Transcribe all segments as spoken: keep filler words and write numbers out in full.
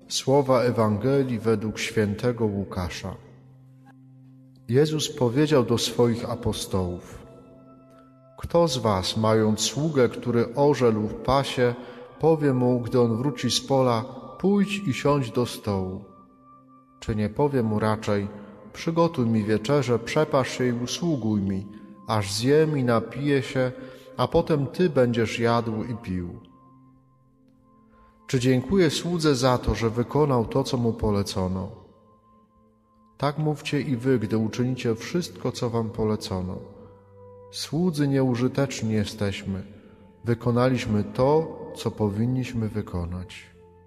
Słowa Ewangelii według świętego Łukasza. Jezus powiedział do swoich apostołów: Kto z was, mając sługę, który orze lub pasie, powie mu, gdy on wróci z pola: pójdź i siądź do stołu? Czy nie powie mu raczej: przygotuj mi wieczerzę, przepasz się i usługuj mi, aż zjem i napiję się, a potem ty będziesz jadł i pił? Czy dziękuję słudze za to, że wykonał to, co mu polecono? Tak mówcie i wy, gdy uczynicie wszystko, co wam polecono. Słudzy nieużyteczni jesteśmy. Wykonaliśmy to, co powinniśmy wykonać.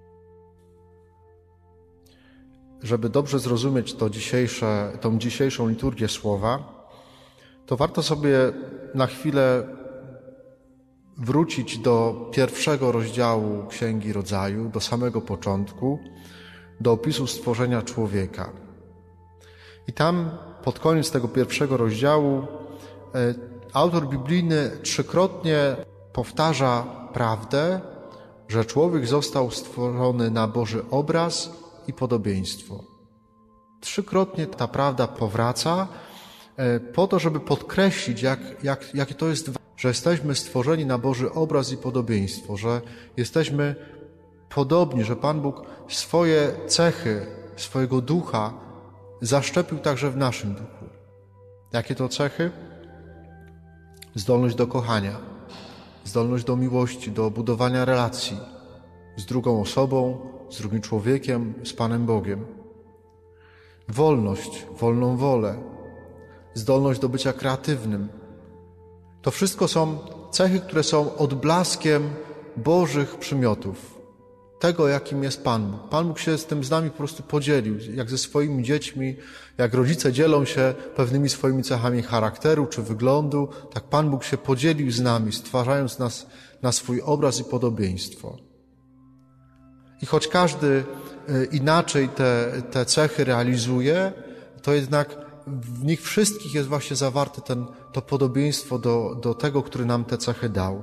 Żeby dobrze zrozumieć to dzisiejsze, tą dzisiejszą liturgię słowa, to warto sobie na chwilę wrócić do pierwszego rozdziału Księgi Rodzaju, do samego początku, do opisu stworzenia człowieka. I tam pod koniec tego pierwszego rozdziału autor biblijny trzykrotnie powtarza prawdę, że człowiek został stworzony na Boży obraz i podobieństwo. Trzykrotnie ta prawda powraca po to, żeby podkreślić, jak, jak, jakie to jest, że jesteśmy stworzeni na Boży obraz i podobieństwo, że jesteśmy podobni, że Pan Bóg swoje cechy, swojego ducha zaszczepił także w naszym duchu. Jakie to cechy? Zdolność do kochania, zdolność do miłości, do budowania relacji z drugą osobą, z drugim człowiekiem, z Panem Bogiem. Wolność, wolną wolę, zdolność do bycia kreatywnym. To wszystko są cechy, które są odblaskiem Bożych przymiotów, tego, jakim jest Pan Bóg. Pan Bóg się z tym z nami po prostu podzielił, jak ze swoimi dziećmi, jak rodzice dzielą się pewnymi swoimi cechami charakteru czy wyglądu, tak Pan Bóg się podzielił z nami, stwarzając nas na swój obraz i podobieństwo. I choć każdy inaczej te, te cechy realizuje, to jednak w nich wszystkich jest właśnie zawarte ten, to podobieństwo do, do tego, który nam te cechy dał.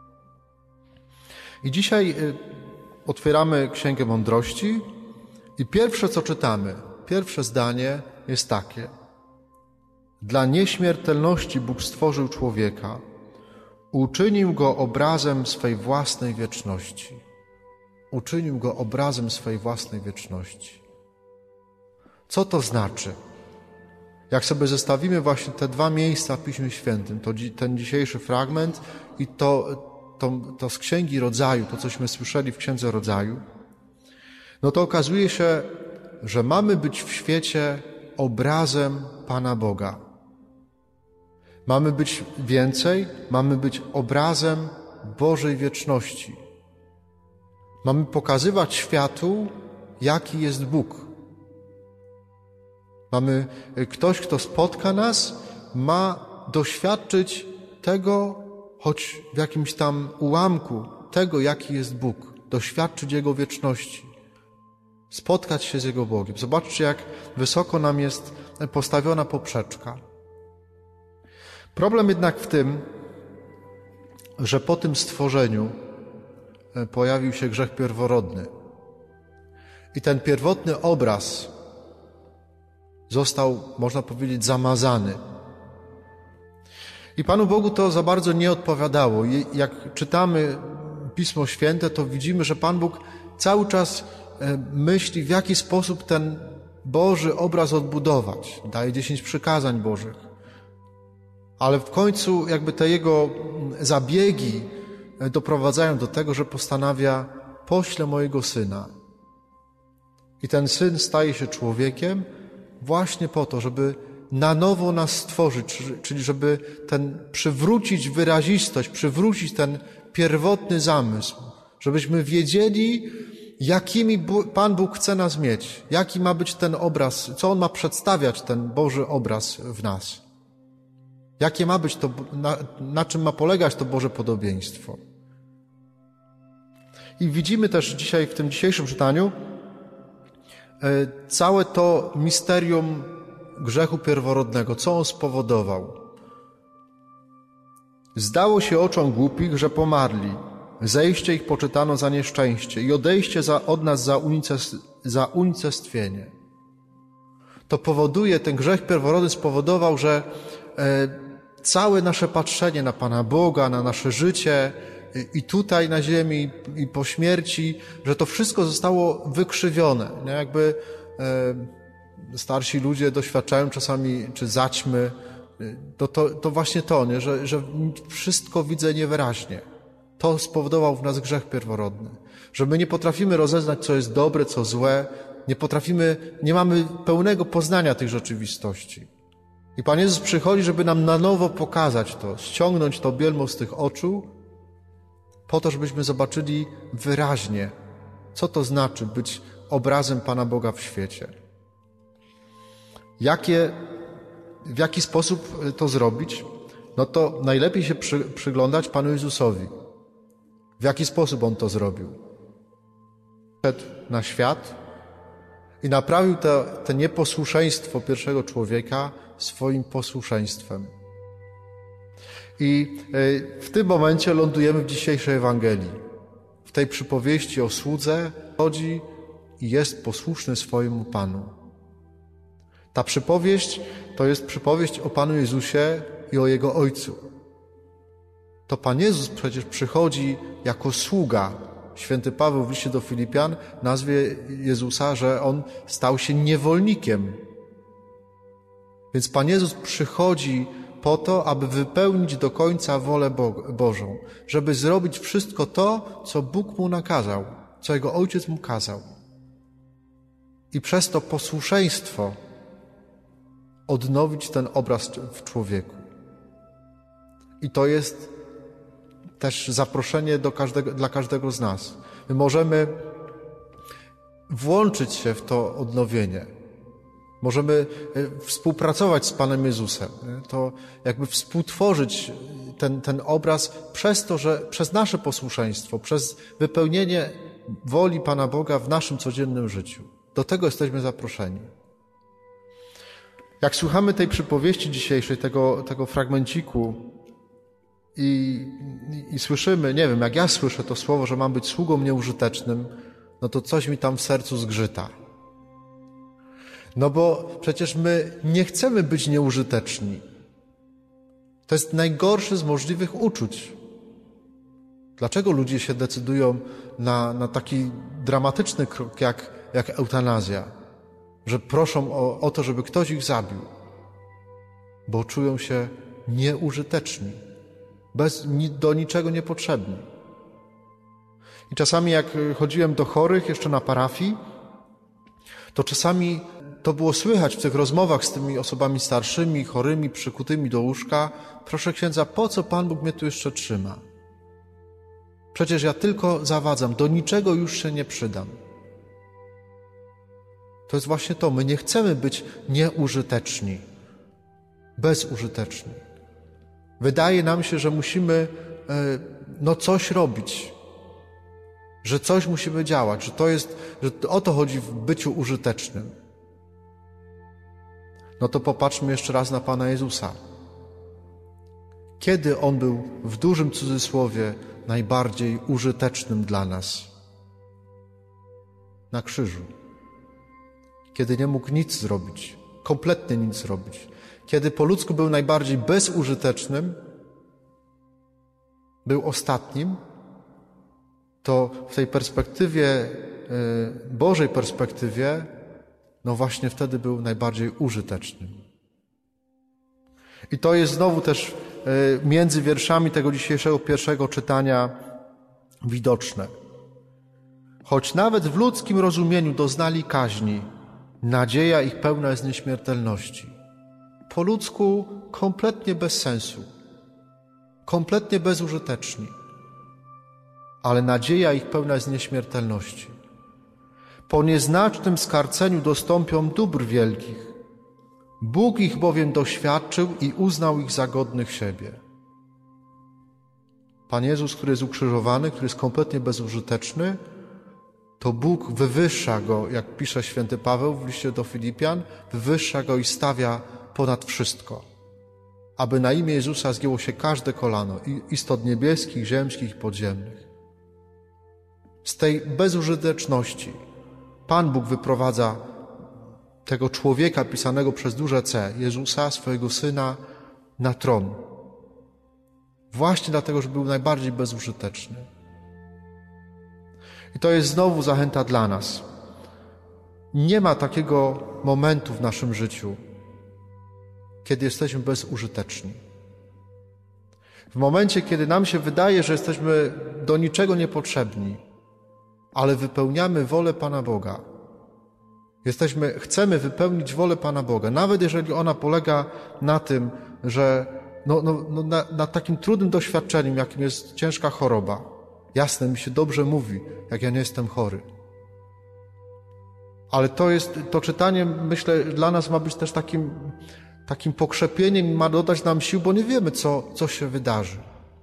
I dzisiaj otwieramy Księgę Mądrości i pierwsze, co czytamy, pierwsze zdanie jest takie: dla nieśmiertelności Bóg stworzył człowieka, uczynił go obrazem swej własnej wieczności. Uczynił go obrazem swej własnej wieczności. Co to znaczy? Jak sobie zestawimy właśnie te dwa miejsca w Piśmie Świętym, to ten dzisiejszy fragment i to, to, to z Księgi Rodzaju, to cośmy słyszeli w Księdze Rodzaju, no to okazuje się, że mamy być w świecie obrazem Pana Boga. Mamy być więcej, mamy być obrazem Bożej wieczności. Mamy pokazywać światu, jaki jest Bóg. Mamy, ktoś, kto spotka nas, ma doświadczyć tego, choć w jakimś tam ułamku, tego, jaki jest Bóg. Doświadczyć Jego wieczności. Spotkać się z Jego Bogiem. Zobaczcie, jak wysoko nam jest postawiona poprzeczka. Problem jednak w tym, że po tym stworzeniu pojawił się grzech pierworodny. I ten pierwotny obraz został, można powiedzieć, zamazany. I Panu Bogu to za bardzo nie odpowiadało. I jak czytamy Pismo Święte, to widzimy, że Pan Bóg cały czas myśli, w jaki sposób ten Boży obraz odbudować. Daje dziesięć przykazań Bożych. Ale w końcu jakby te Jego zabiegi doprowadzają do tego, że postanawia: poślę mojego Syna. I ten Syn staje się człowiekiem właśnie po to, żeby na nowo nas stworzyć, czyli żeby ten przywrócić wyrazistość, przywrócić ten pierwotny zamysł, żebyśmy wiedzieli, jakimi Pan Bóg chce nas mieć, jaki ma być ten obraz, co On ma przedstawiać, ten Boży obraz w nas. Jakie ma być to, na, na czym ma polegać to Boże podobieństwo. I widzimy też dzisiaj w tym dzisiejszym czytaniu całe to misterium grzechu pierworodnego, co on spowodował. Zdało się oczom głupich, że pomarli, zejście ich poczytano za nieszczęście i odejście za, od nas za, unicest, za unicestwienie. To powoduje, ten grzech pierworodny spowodował, że e, całe nasze patrzenie na Pana Boga, na nasze życie i, i tutaj na ziemi, i, i po śmierci, że to wszystko zostało wykrzywione. Nie? Jakby e, starsi ludzie doświadczają czasami, czy zaćmy, to, to, to właśnie to, nie? Że, że wszystko widzę niewyraźnie. To spowodował w nas grzech pierworodny. Że my nie potrafimy rozeznać, co jest dobre, co złe, nie potrafimy, nie mamy pełnego poznania tych rzeczywistości. I Pan Jezus przychodzi, żeby nam na nowo pokazać to, ściągnąć to bielmo z tych oczu, po to, żebyśmy zobaczyli wyraźnie, co to znaczy być obrazem Pana Boga w świecie. Jakie, w jaki sposób to zrobić? No to najlepiej się przy, przyglądać Panu Jezusowi. W jaki sposób On to zrobił? Szedł na świat i naprawił to, to nieposłuszeństwo pierwszego człowieka swoim posłuszeństwem. I w tym momencie lądujemy w dzisiejszej Ewangelii. W tej przypowieści o słudze chodzi i jest posłuszny swojemu Panu. Ta przypowieść to jest przypowieść o Panu Jezusie i o Jego Ojcu. To Pan Jezus przecież przychodzi jako sługa. Święty Paweł w liście do Filipian nazwie Jezusa, że On stał się niewolnikiem. Więc Pan Jezus przychodzi po to, aby wypełnić do końca wolę Bo- Bożą, żeby zrobić wszystko to, co Bóg Mu nakazał, co Jego Ojciec Mu kazał. I przez to posłuszeństwo odnowić ten obraz w człowieku. I to jest też zaproszenie do każdego, dla każdego z nas. My możemy włączyć się w to odnowienie. Możemy współpracować z Panem Jezusem. To jakby współtworzyć ten, ten obraz przez to, że przez nasze posłuszeństwo, przez wypełnienie woli Pana Boga w naszym codziennym życiu. Do tego jesteśmy zaproszeni. Jak słuchamy tej przypowieści dzisiejszej, tego, tego fragmenciku i, i, i słyszymy, nie wiem, jak ja słyszę to słowo, że mam być sługą nieużytecznym, no to coś mi tam w sercu zgrzyta. No bo przecież my nie chcemy być nieużyteczni. To jest najgorszy z możliwych uczuć. Dlaczego ludzie się decydują na, na taki dramatyczny krok jak, jak eutanazja? Że proszą o, o to, żeby ktoś ich zabił. Bo czują się nieużyteczni. Bez, do niczego niepotrzebni. I czasami jak chodziłem do chorych jeszcze na parafii, to czasami to było słychać w tych rozmowach z tymi osobami starszymi, chorymi, przykutymi do łóżka. Proszę księdza, po co Pan Bóg mnie tu jeszcze trzyma? Przecież ja tylko zawadzam, do niczego już się nie przydam. To jest właśnie to, my nie chcemy być nieużyteczni, bezużyteczni. Wydaje nam się, że musimy no coś robić, że coś musimy działać, że to jest, że o to chodzi w byciu użytecznym. No to popatrzmy jeszcze raz na Pana Jezusa. Kiedy On był w dużym cudzysłowie najbardziej użytecznym dla nas? Na krzyżu. Kiedy nie mógł nic zrobić, kompletnie nic zrobić. Kiedy po ludzku był najbardziej bezużytecznym, był ostatnim, to w tej perspektywie, Bożej perspektywie, no właśnie wtedy był najbardziej użytecznym. I to jest znowu też między wierszami tego dzisiejszego pierwszego czytania widoczne. Choć nawet w ludzkim rozumieniu doznali kaźni, nadzieja ich pełna jest nieśmiertelności. Po ludzku kompletnie bez sensu, kompletnie bezużyteczni, ale nadzieja ich pełna jest nieśmiertelności. Po nieznacznym skarceniu dostąpią dóbr wielkich. Bóg ich bowiem doświadczył i uznał ich za godnych siebie. Pan Jezus, który jest ukrzyżowany, który jest kompletnie bezużyteczny, to Bóg wywyższa Go, jak pisze święty Paweł w liście do Filipian, wywyższa Go i stawia ponad wszystko, aby na imię Jezusa zgięło się każde kolano, istot niebieskich, ziemskich i podziemnych. Z tej bezużyteczności Pan Bóg wyprowadza tego człowieka pisanego przez duże C, Jezusa, swojego Syna, na tron. Właśnie dlatego, że był najbardziej bezużyteczny. I to jest znowu zachęta dla nas. Nie ma takiego momentu w naszym życiu, kiedy jesteśmy bezużyteczni. W momencie, kiedy nam się wydaje, że jesteśmy do niczego niepotrzebni, ale wypełniamy wolę Pana Boga. Jesteśmy, chcemy wypełnić wolę Pana Boga, nawet jeżeli ona polega na tym, że no, no, no, na, na takim trudnym doświadczeniem, jakim jest ciężka choroba. Jasne, mi się dobrze mówi, jak ja nie jestem chory. Ale to jest, to czytanie, myślę, dla nas ma być też takim, takim pokrzepieniem i ma dodać nam sił, bo nie wiemy, co, co się wydarzy.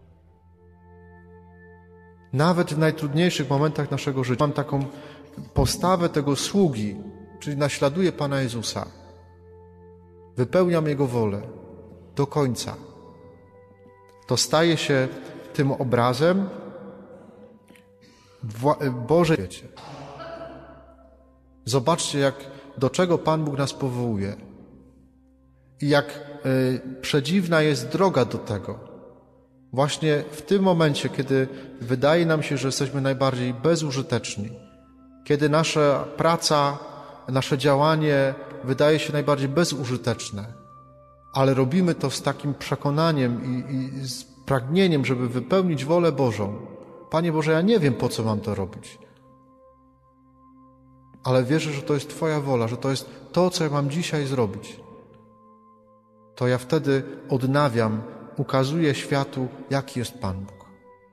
Nawet w najtrudniejszych momentach naszego życia mam taką postawę tego sługi, czyli naśladuję Pana Jezusa. Wypełniam Jego wolę do końca. To staje się tym obrazem Bożej świecie. Zobaczcie, jak, do czego Pan Bóg nas powołuje i jak y, przedziwna jest droga do tego. Właśnie w tym momencie, kiedy wydaje nam się, że jesteśmy najbardziej bezużyteczni, kiedy nasza praca, nasze działanie wydaje się najbardziej bezużyteczne, ale robimy to z takim przekonaniem i, i z pragnieniem, żeby wypełnić wolę Bożą. Panie Boże, ja nie wiem, po co mam to robić, ale wierzę, że to jest Twoja wola, że to jest to, co ja mam dzisiaj zrobić. To ja wtedy odnawiam, ukazuję światu, jaki jest Pan Bóg.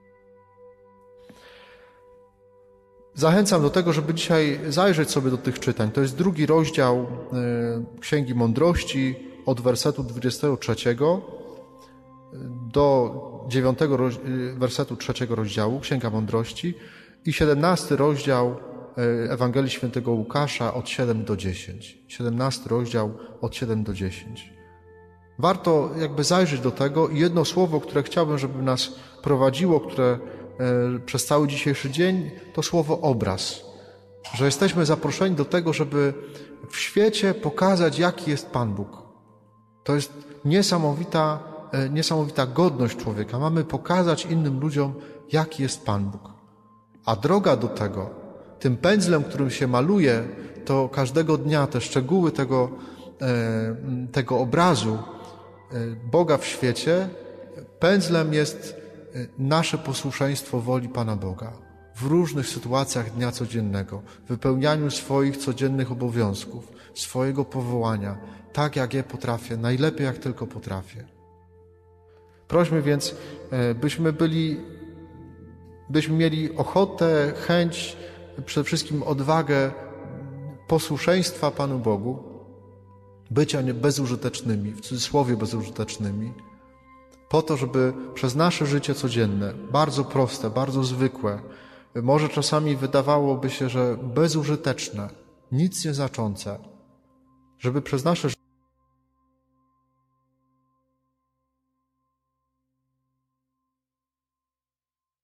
Zachęcam do tego, żeby dzisiaj zajrzeć sobie do tych czytań. To jest drugi rozdział Księgi Mądrości od wersetu dwudziestego trzeciego do dziewiątego wersetu trzeciego rozdziału Księga Mądrości i siedemnasty rozdział Ewangelii Świętego Łukasza od siódmego do dziesiątego. siedemnasty rozdział od siódmego do dziesiątego. Warto jakby zajrzeć do tego i jedno słowo, które chciałbym, żeby nas prowadziło, które e, przez cały dzisiejszy dzień, to słowo obraz. Że jesteśmy zaproszeni do tego, żeby w świecie pokazać, jaki jest Pan Bóg. To jest niesamowita, e, niesamowita godność człowieka. Mamy pokazać innym ludziom, jaki jest Pan Bóg. A droga do tego, tym pędzlem, którym się maluje, to każdego dnia te szczegóły tego, e, tego obrazu Boga w świecie, pędzlem jest nasze posłuszeństwo woli Pana Boga w różnych sytuacjach dnia codziennego, w wypełnianiu swoich codziennych obowiązków, swojego powołania, tak jak je potrafię, najlepiej jak tylko potrafię. Prośmy więc, byśmy byli, byśmy mieli ochotę, chęć, przede wszystkim odwagę posłuszeństwa Panu Bogu, bycia bezużytecznymi, w cudzysłowie bezużytecznymi, po to, żeby przez nasze życie codzienne, bardzo proste, bardzo zwykłe, może czasami wydawałoby się, że bezużyteczne, nic nie znaczące, żeby przez nasze